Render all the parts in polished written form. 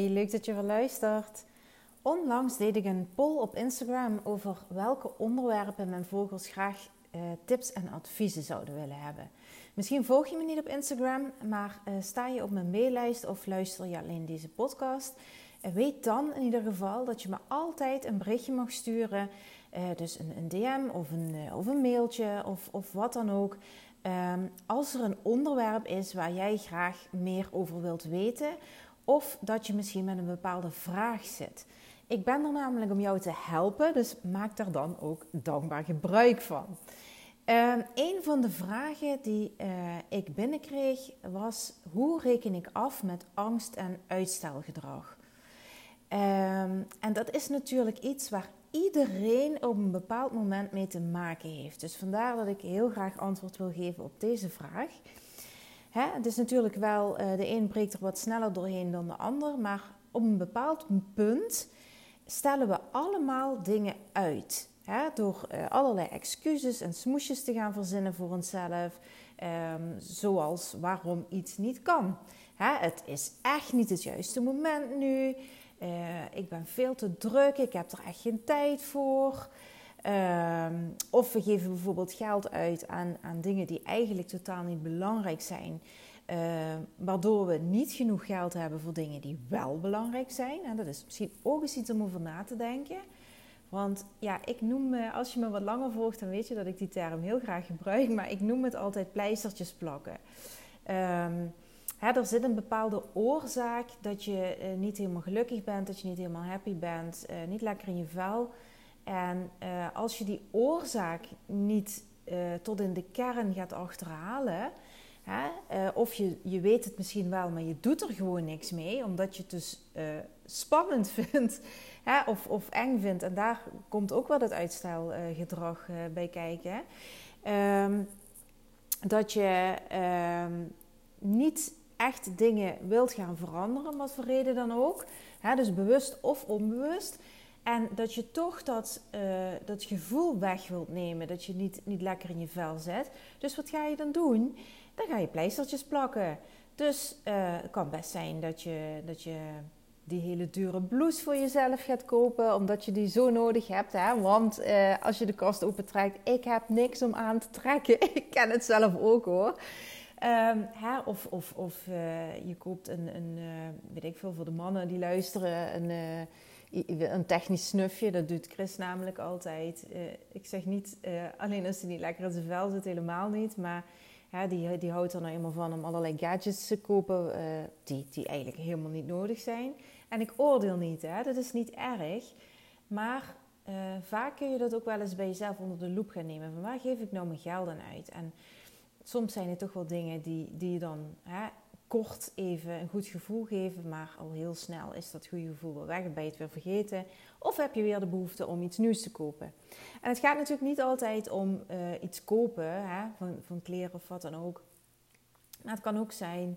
Hey, leuk dat je weer luistert. Onlangs deed ik een poll op Instagram over welke onderwerpen mijn volgers graag tips en adviezen zouden willen hebben. Misschien volg je me niet op Instagram, maar sta je op mijn maillijst of luister je alleen deze podcast. Weet dan in ieder geval dat je me altijd een berichtje mag sturen. Dus een DM of een mailtje of wat dan ook. Als er een onderwerp is waar jij graag meer over wilt weten, of dat je misschien met een bepaalde vraag zit. Ik ben er namelijk om jou te helpen, dus maak daar dan ook dankbaar gebruik van. Een van de vragen die ik binnenkreeg was: hoe reken ik af met angst en uitstelgedrag? En dat is natuurlijk iets waar iedereen op een bepaald moment mee te maken heeft. Dus vandaar dat ik heel graag antwoord wil geven op deze vraag. Het is natuurlijk wel, de een breekt er wat sneller doorheen dan de ander, maar op een bepaald punt stellen we allemaal dingen uit. Door allerlei excuses en smoesjes te gaan verzinnen voor onszelf, zoals waarom iets niet kan. Het is echt niet het juiste moment nu, ik ben veel te druk, ik heb er echt geen tijd voor. Of we geven bijvoorbeeld geld uit aan dingen die eigenlijk totaal niet belangrijk zijn. Waardoor we niet genoeg geld hebben voor dingen die wel belangrijk zijn. En dat is misschien ook eens iets om over na te denken. Want ja, ik noem, als je me wat langer volgt, dan weet je dat ik die term heel graag gebruik. Maar ik noem het altijd pleistertjes plakken. Er zit een bepaalde oorzaak dat je niet helemaal gelukkig bent, dat je niet helemaal happy bent, niet lekker in je vel. En als je die oorzaak niet tot in de kern gaat achterhalen, of je weet het misschien wel, maar je doet er gewoon niks mee, omdat je het dus spannend vindt of eng vindt. En daar komt ook wel het uitstelgedrag bij kijken. Dat je niet echt dingen wilt gaan veranderen, wat voor reden dan ook. Dus bewust of onbewust. En dat je toch dat gevoel weg wilt nemen, dat je niet lekker in je vel zit. Dus wat ga je dan doen? Dan ga je pleistertjes plakken. Dus het kan best zijn dat je die hele dure blouse voor jezelf gaat kopen, omdat je die zo nodig hebt. Want als je de kast opentrekt, ik heb niks om aan te trekken. Ik ken het zelf ook hoor. Of je koopt weet ik veel, voor de mannen die luisteren, een technisch snufje. Dat doet Chris namelijk altijd. Ik zeg niet, alleen als hij niet lekker in zijn vel zit, helemaal niet. Maar die houdt er nou eenmaal van om allerlei gadgets te kopen die eigenlijk helemaal niet nodig zijn. En ik oordeel niet, dat is niet erg. Maar vaak kun je dat ook wel eens bij jezelf onder de loep gaan nemen. Van waar geef ik nou mijn geld aan uit? En soms zijn het toch wel dingen die je dan kort even een goed gevoel geven, maar al heel snel is dat goede gevoel weer weg en ben je het weer vergeten. Of heb je weer de behoefte om iets nieuws te kopen. En het gaat natuurlijk niet altijd om iets kopen, van kleren of wat dan ook. Maar het kan ook zijn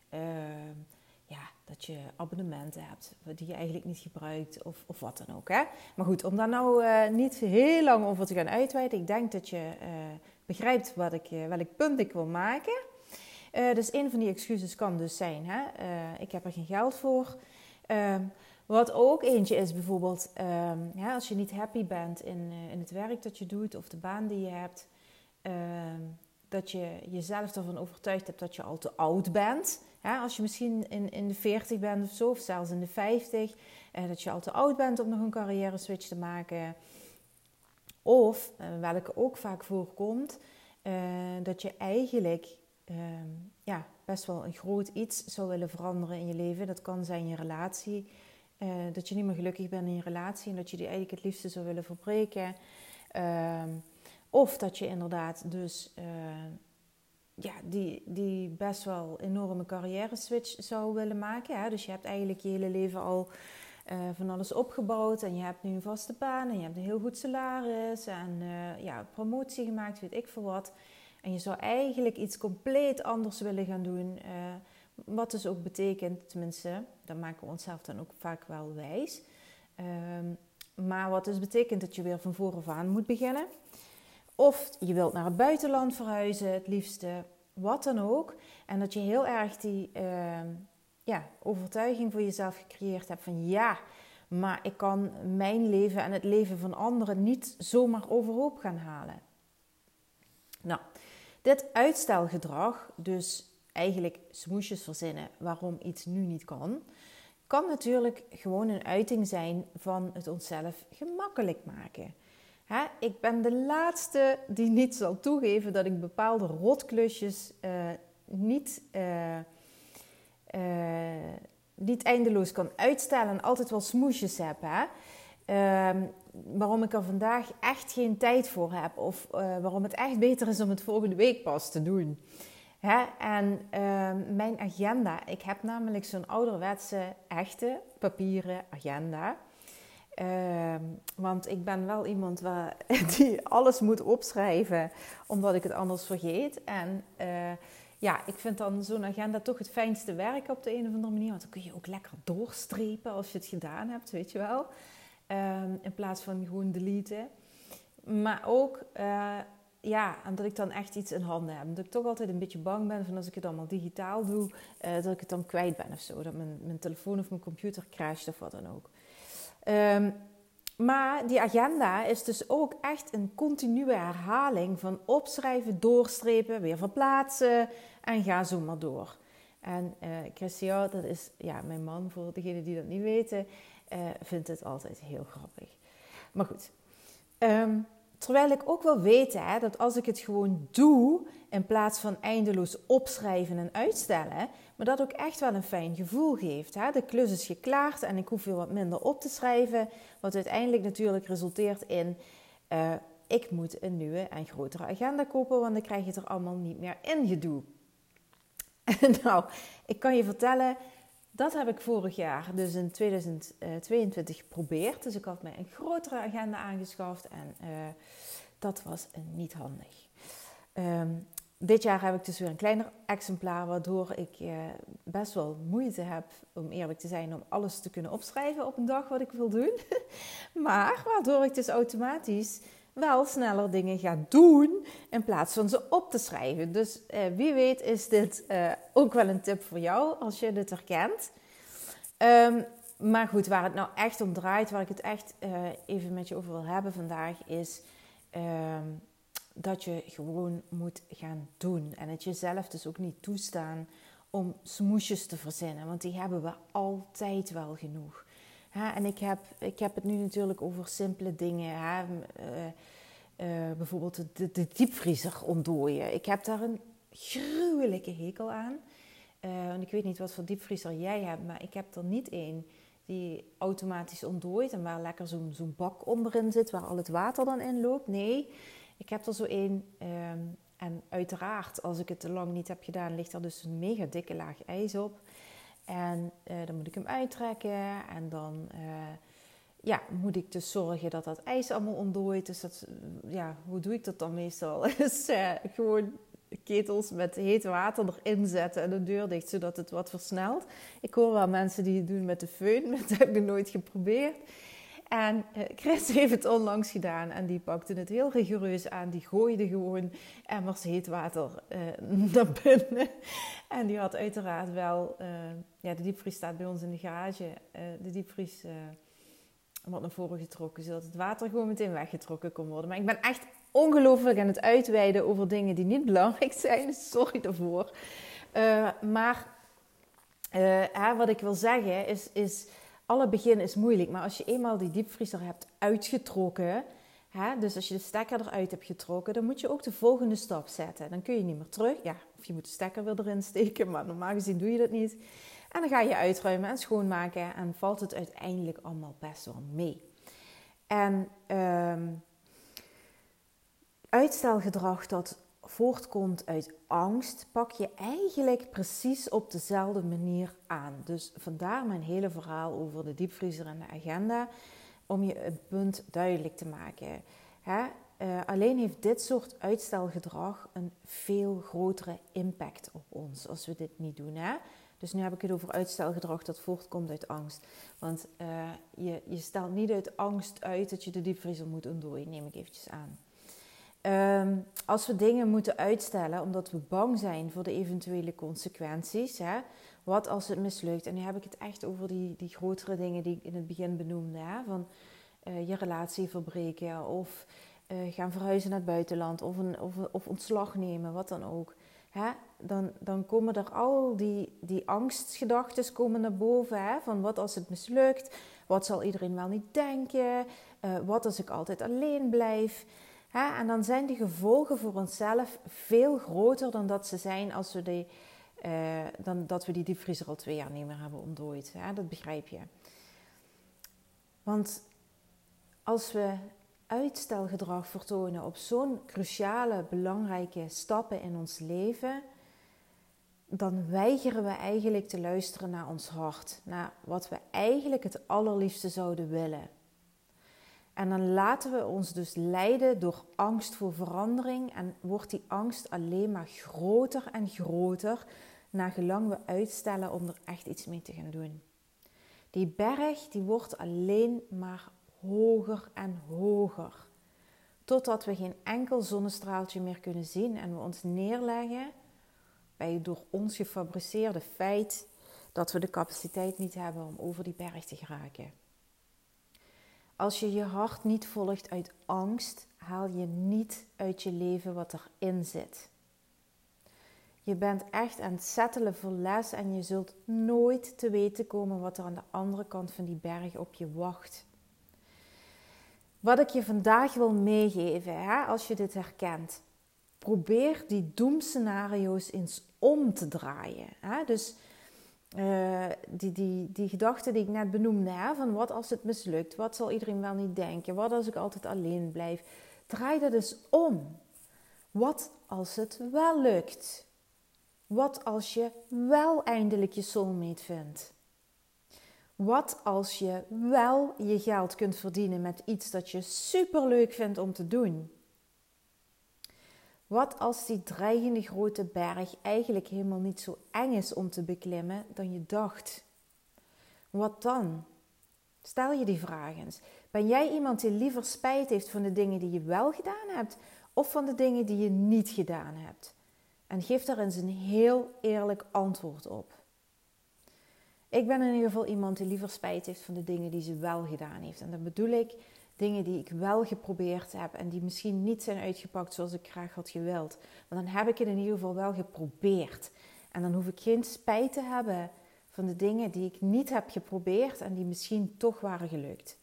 dat je abonnementen hebt die je eigenlijk niet gebruikt of wat dan ook. Maar goed, om daar nou niet heel lang over te gaan uitweiden. Ik denk dat je begrijpt welk punt ik wil maken. Dus een van die excuses kan dus zijn, ik heb er geen geld voor. Wat ook eentje is bijvoorbeeld, als je niet happy bent in het werk dat je doet of de baan die je hebt. Dat je jezelf ervan overtuigd hebt dat je al te oud bent. Als je misschien in de 40 bent of zo, of zelfs in de 50. Dat je al te oud bent om nog een carrière switch te maken. Of, welke ook vaak voorkomt, dat je eigenlijk best wel een groot iets zou willen veranderen in je leven. Dat kan zijn je relatie. Dat je niet meer gelukkig bent in je relatie en dat je die eigenlijk het liefste zou willen verbreken. Of dat je inderdaad dus die best wel enorme carrière switch zou willen maken. Dus je hebt eigenlijk je hele leven al van alles opgebouwd en je hebt nu een vaste baan en je hebt een heel goed salaris en promotie gemaakt, weet ik veel wat. En je zou eigenlijk iets compleet anders willen gaan doen. Wat dus ook betekent, tenminste, dat maken we onszelf dan ook vaak wel wijs. Maar wat dus betekent dat je weer van vooraf aan moet beginnen. Of je wilt naar het buitenland verhuizen, het liefste, wat dan ook. En dat je heel erg overtuiging voor jezelf gecreëerd hebt van ja, maar ik kan mijn leven en het leven van anderen niet zomaar overhoop gaan halen. Nou, dit uitstelgedrag, dus eigenlijk smoesjes verzinnen waarom iets nu niet kan natuurlijk gewoon een uiting zijn van het onszelf gemakkelijk maken. Ik ben de laatste die niet zal toegeven dat ik bepaalde rotklusjes niet eindeloos kan uitstellen en altijd wel smoesjes heb. Waarom ik er vandaag echt geen tijd voor heb. Of waarom het echt beter is om het volgende week pas te doen. Mijn agenda. Ik heb namelijk zo'n ouderwetse, echte, papieren agenda. Want ik ben wel iemand die alles moet opschrijven. Omdat ik het anders vergeet. En ik vind dan zo'n agenda toch het fijnste werk op de een of andere manier. Want dan kun je ook lekker doorstrepen als je het gedaan hebt, weet je wel. In plaats van gewoon deleten. Maar ook, en dat ik dan echt iets in handen heb. Dat ik toch altijd een beetje bang ben van als ik het allemaal digitaal doe, dat ik het dan kwijt ben of zo. Dat mijn telefoon of mijn computer crasht of wat dan ook. Maar die agenda is dus ook echt een continue herhaling van opschrijven, doorstrepen, weer verplaatsen en ga zo maar door. En Christian, dat is mijn man, voor degenen die dat niet weten, vindt het altijd heel grappig. Maar goed, terwijl ik ook wel weet dat als ik het gewoon doe, in plaats van eindeloos opschrijven en uitstellen, maar dat ook echt wel een fijn gevoel geeft. De klus is geklaard en ik hoef weer wat minder op te schrijven, wat uiteindelijk natuurlijk resulteert in, ik moet een nieuwe en grotere agenda kopen, want dan krijg je het er allemaal niet meer in gedoe. Nou, ik kan je vertellen, dat heb ik vorig jaar, dus in 2022 geprobeerd. Dus ik had mij een grotere agenda aangeschaft en dat was niet handig. Dit jaar heb ik dus weer een kleiner exemplaar, waardoor ik best wel moeite heb, om eerlijk te zijn, om alles te kunnen opschrijven op een dag wat ik wil doen. Maar waardoor ik dus automatisch wel sneller dingen ga doen in plaats van ze op te schrijven. Dus wie weet is dit ook wel een tip voor jou als je dit herkent. Maar goed, waar het nou echt om draait, waar ik het echt even met je over wil hebben vandaag, is dat je gewoon moet gaan doen. En het jezelf dus ook niet toestaan om smoesjes te verzinnen, want die hebben we altijd wel genoeg. En ik heb het nu natuurlijk over simpele dingen. Bijvoorbeeld de diepvriezer ontdooien. Ik heb daar een gruwelijke hekel aan. En ik weet niet wat voor diepvriezer jij hebt, maar ik heb er niet één die automatisch ontdooit en waar lekker zo'n bak onderin zit waar al het water dan in loopt. Nee, ik heb er zo één. En uiteraard, als ik het te lang niet heb gedaan, ligt er dus een mega dikke laag ijs op. En dan moet ik hem uittrekken en dan moet ik dus zorgen dat dat ijs allemaal ontdooit. Dus hoe doe ik dat dan meestal? Dus gewoon ketels met heet water erin zetten en de deur dicht, zodat het wat versnelt. Ik hoor wel mensen die het doen met de föhn, dat heb ik nooit geprobeerd. En Chris heeft het onlangs gedaan en die pakte het heel rigoureus aan. Die gooide gewoon emmers heet water naar binnen. En die had uiteraard wel... de diepvries staat bij ons in de garage. De diepvries wordt naar voren getrokken, zodat het water gewoon meteen weggetrokken kon worden. Maar ik ben echt ongelooflijk aan het uitweiden over dingen die niet belangrijk zijn. Sorry daarvoor. Wat ik wil zeggen is alle begin is moeilijk. Maar als je eenmaal die diepvriezer hebt uitgetrokken, dus als je de stekker eruit hebt getrokken, dan moet je ook de volgende stap zetten. Dan kun je niet meer terug. Ja, of je moet de stekker weer erin steken, maar normaal gezien doe je dat niet. En dan ga je uitruimen en schoonmaken en valt het uiteindelijk allemaal best wel mee. En uitstelgedrag dat voortkomt uit angst, pak je eigenlijk precies op dezelfde manier aan. Dus vandaar mijn hele verhaal over de diepvriezer en de agenda, om je een punt duidelijk te maken. Alleen heeft dit soort uitstelgedrag een veel grotere impact op ons als we dit niet doen. Dus nu heb ik het over uitstelgedrag dat voortkomt uit angst. Want je stelt niet uit angst uit dat je de diepvriezer moet ontdooien, neem ik eventjes aan. Als we dingen moeten uitstellen omdat we bang zijn voor de eventuele consequenties, wat als het mislukt? En nu heb ik het echt over die grotere dingen die ik in het begin benoemde. Hè? Van je relatie verbreken of gaan verhuizen naar het buitenland of ontslag nemen, wat dan ook. Hè? Dan komen er al die angstgedachten komen naar boven. Hè? Van wat als het mislukt? Wat zal iedereen wel niet denken? Wat als ik altijd alleen blijf? Hè? En dan zijn die gevolgen voor onszelf veel groter dan dat ze zijn als we dan dat we die diepvriezer al 2 jaar niet meer hebben ontdooid. Hè? Dat begrijp je. Want als we uitstelgedrag vertonen op zo'n cruciale, belangrijke stappen in ons leven, dan weigeren we eigenlijk te luisteren naar ons hart. Naar wat we eigenlijk het allerliefste zouden willen. En dan laten we ons dus leiden door angst voor verandering. En wordt die angst alleen maar groter en groter, naargelang we uitstellen om er echt iets mee te gaan doen. Die berg die wordt alleen maar hoger en hoger. Totdat we geen enkel zonnestraaltje meer kunnen zien en we ons neerleggen bij het door ons gefabriceerde feit dat we de capaciteit niet hebben om over die berg te geraken. Als je je hart niet volgt uit angst, haal je niet uit je leven wat erin zit. Je bent echt aan het settelen voor les en je zult nooit te weten komen wat er aan de andere kant van die berg op je wacht. Wat ik je vandaag wil meegeven, hè, als je dit herkent. Probeer die doemscenario's eens om te draaien. Hè? Dus die gedachte die ik net benoemde, hè, van wat als het mislukt? Wat zal iedereen wel niet denken? Wat als ik altijd alleen blijf? Draai dat eens om. Wat als het wel lukt? Wat als je wel eindelijk je soulmate vindt? Wat als je wel je geld kunt verdienen met iets dat je superleuk vindt om te doen? Wat als die dreigende grote berg eigenlijk helemaal niet zo eng is om te beklimmen dan je dacht? Wat dan? Stel je die vraag eens. Ben jij iemand die liever spijt heeft van de dingen die je wel gedaan hebt of van de dingen die je niet gedaan hebt? En geef daar eens een heel eerlijk antwoord op. Ik ben in ieder geval iemand die liever spijt heeft van de dingen die ze wel gedaan heeft. En dan bedoel ik dingen die ik wel geprobeerd heb en die misschien niet zijn uitgepakt zoals ik graag had gewild. Maar dan heb ik het in ieder geval wel geprobeerd. En dan hoef ik geen spijt te hebben van de dingen die ik niet heb geprobeerd en die misschien toch waren gelukt.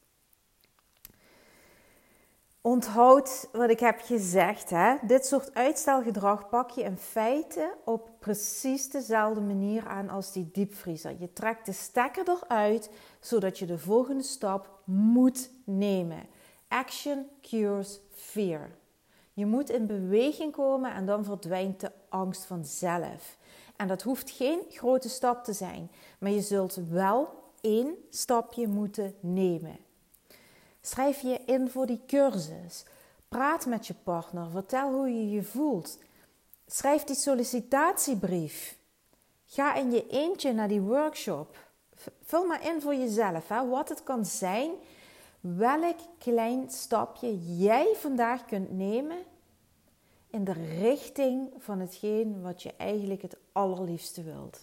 Onthoud wat ik heb gezegd. Hè? Dit soort uitstelgedrag pak je in feite op precies dezelfde manier aan als die diepvriezer. Je trekt de stekker eruit, zodat je de volgende stap moet nemen. Action cures fear. Je moet in beweging komen en dan verdwijnt de angst vanzelf. En dat hoeft geen grote stap te zijn, maar je zult wel 1 stapje moeten nemen. Schrijf je in voor die cursus. Praat met je partner. Vertel hoe je je voelt. Schrijf die sollicitatiebrief. Ga in je eentje naar die workshop. Vul maar in voor jezelf. Hè, wat het kan zijn. Welk klein stapje jij vandaag kunt nemen in de richting van hetgeen wat je eigenlijk het allerliefste wilt.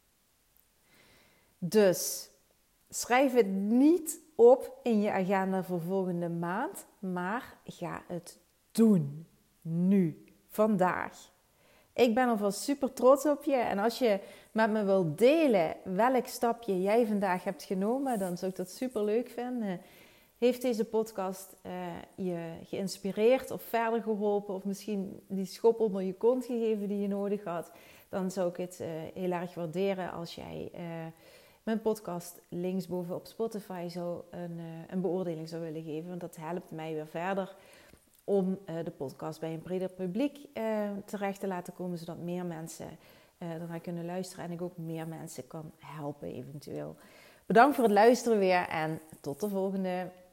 Dus schrijf het niet op in je agenda voor volgende maand, maar ga het doen. Nu, vandaag. Ik ben alvast super trots op je en als je met me wilt delen welk stapje jij vandaag hebt genomen, dan zou ik dat super leuk vinden. Heeft deze podcast je geïnspireerd of verder geholpen of misschien die schop onder je kont gegeven die je nodig had, dan zou ik het heel erg waarderen als jij mijn podcast linksboven op Spotify een beoordeling zou willen geven. Want dat helpt mij weer verder om de podcast bij een breder publiek terecht te laten komen, zodat meer mensen ernaar kunnen luisteren en ik ook meer mensen kan helpen eventueel. Bedankt voor het luisteren weer en tot de volgende.